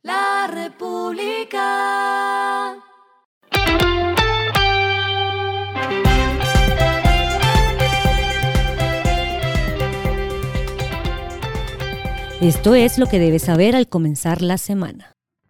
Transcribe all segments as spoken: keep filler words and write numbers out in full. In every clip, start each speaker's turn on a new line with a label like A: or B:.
A: La República.
B: Esto es lo que debes saber al comenzar la semana.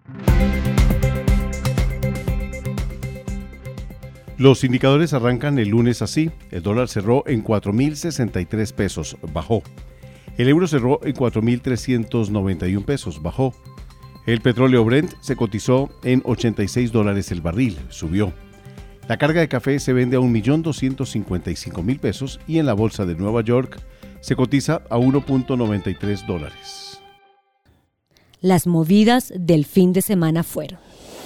C: Los indicadores arrancan el lunes así. El dólar cerró en cuatro mil sesenta y tres pesos, bajó. El euro cerró en cuatro mil trescientos noventa y un pesos, bajó. El petróleo Brent se cotizó en ochenta y seis dólares el barril, subió. La carga de café se vende a un millón doscientos cincuenta y cinco mil pesos y en la bolsa de Nueva York se cotiza a uno punto noventa y tres dólares.
B: Las movidas del fin de semana fueron: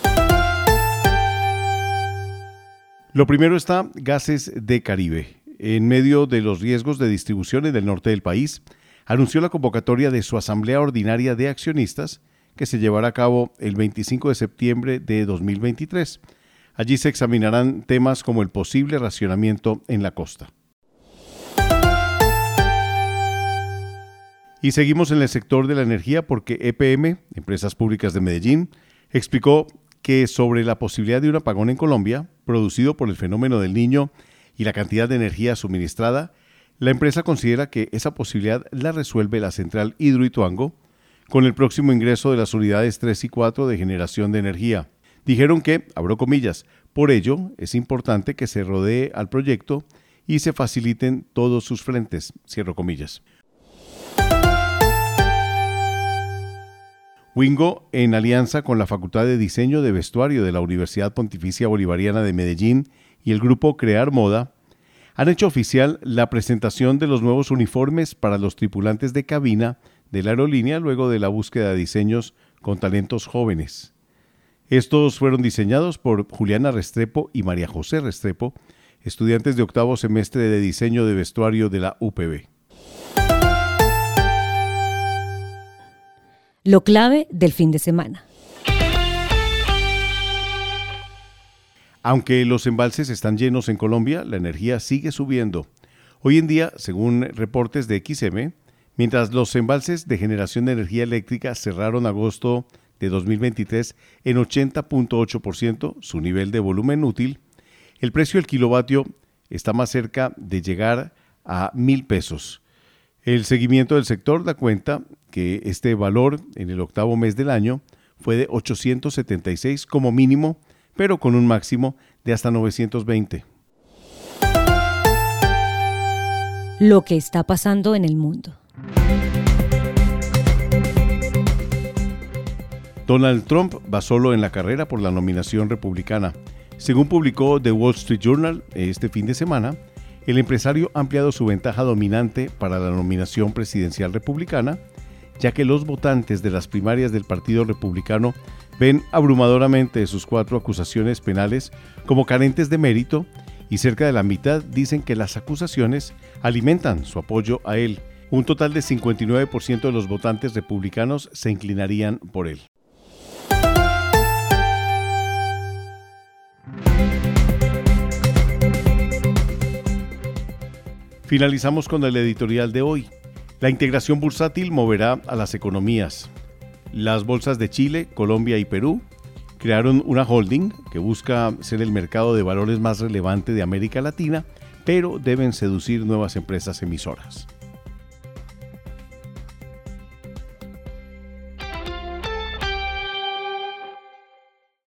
C: lo primero está Gases de Caribe. En medio de los riesgos de distribución en el norte del país, anunció la convocatoria de su Asamblea Ordinaria de Accionistas, que se llevará a cabo el veinticinco de septiembre de dos mil veintitrés. Allí se examinarán temas como el posible racionamiento en la costa. Y seguimos en el sector de la energía porque E P M, Empresas Públicas de Medellín, explicó que sobre la posibilidad de un apagón en Colombia, producido por el fenómeno del Niño y la cantidad de energía suministrada, la empresa considera que esa posibilidad la resuelve la central Hidroituango con el próximo ingreso de las unidades tres y cuatro de generación de energía. Dijeron que, abro comillas, por ello es importante que se rodee al proyecto y se faciliten todos sus frentes, cierro comillas. Wingo, en alianza con la Facultad de Diseño de Vestuario de la Universidad Pontificia Bolivariana de Medellín y el grupo Crear Moda, han hecho oficial la presentación de los nuevos uniformes para los tripulantes de cabina de la aerolínea luego de la búsqueda de diseños con talentos jóvenes. Estos fueron diseñados por Juliana Restrepo y María José Restrepo, estudiantes de octavo semestre de Diseño de Vestuario de la U P B.
B: Lo clave del fin de semana.
C: Aunque los embalses están llenos en Colombia, la energía sigue subiendo. Hoy en día, según reportes de X M, mientras los embalses de generación de energía eléctrica cerraron agosto de dos mil veintitrés en ochenta punto ocho por ciento, su nivel de volumen útil, el precio del kilovatio está más cerca de llegar a mil pesos. El seguimiento del sector da cuenta que este valor en el octavo mes del año fue de ochocientos setenta y seis como mínimo, pero con un máximo de hasta novecientos veinte.
B: Lo que está pasando en el mundo.
C: Donald Trump va solo en la carrera por la nominación republicana. Según publicó The Wall Street Journal este fin de semana, el empresario ha ampliado su ventaja dominante para la nominación presidencial republicana, ya que los votantes de las primarias del Partido Republicano ven abrumadoramente sus cuatro acusaciones penales como carentes de mérito y cerca de la mitad dicen que las acusaciones alimentan su apoyo a él. Un total de cincuenta y nueve por ciento de los votantes republicanos se inclinarían por él. Finalizamos con el editorial de hoy. La integración bursátil moverá a las economías. Las bolsas de Chile, Colombia y Perú crearon una holding que busca ser el mercado de valores más relevante de América Latina, pero deben seducir nuevas empresas emisoras.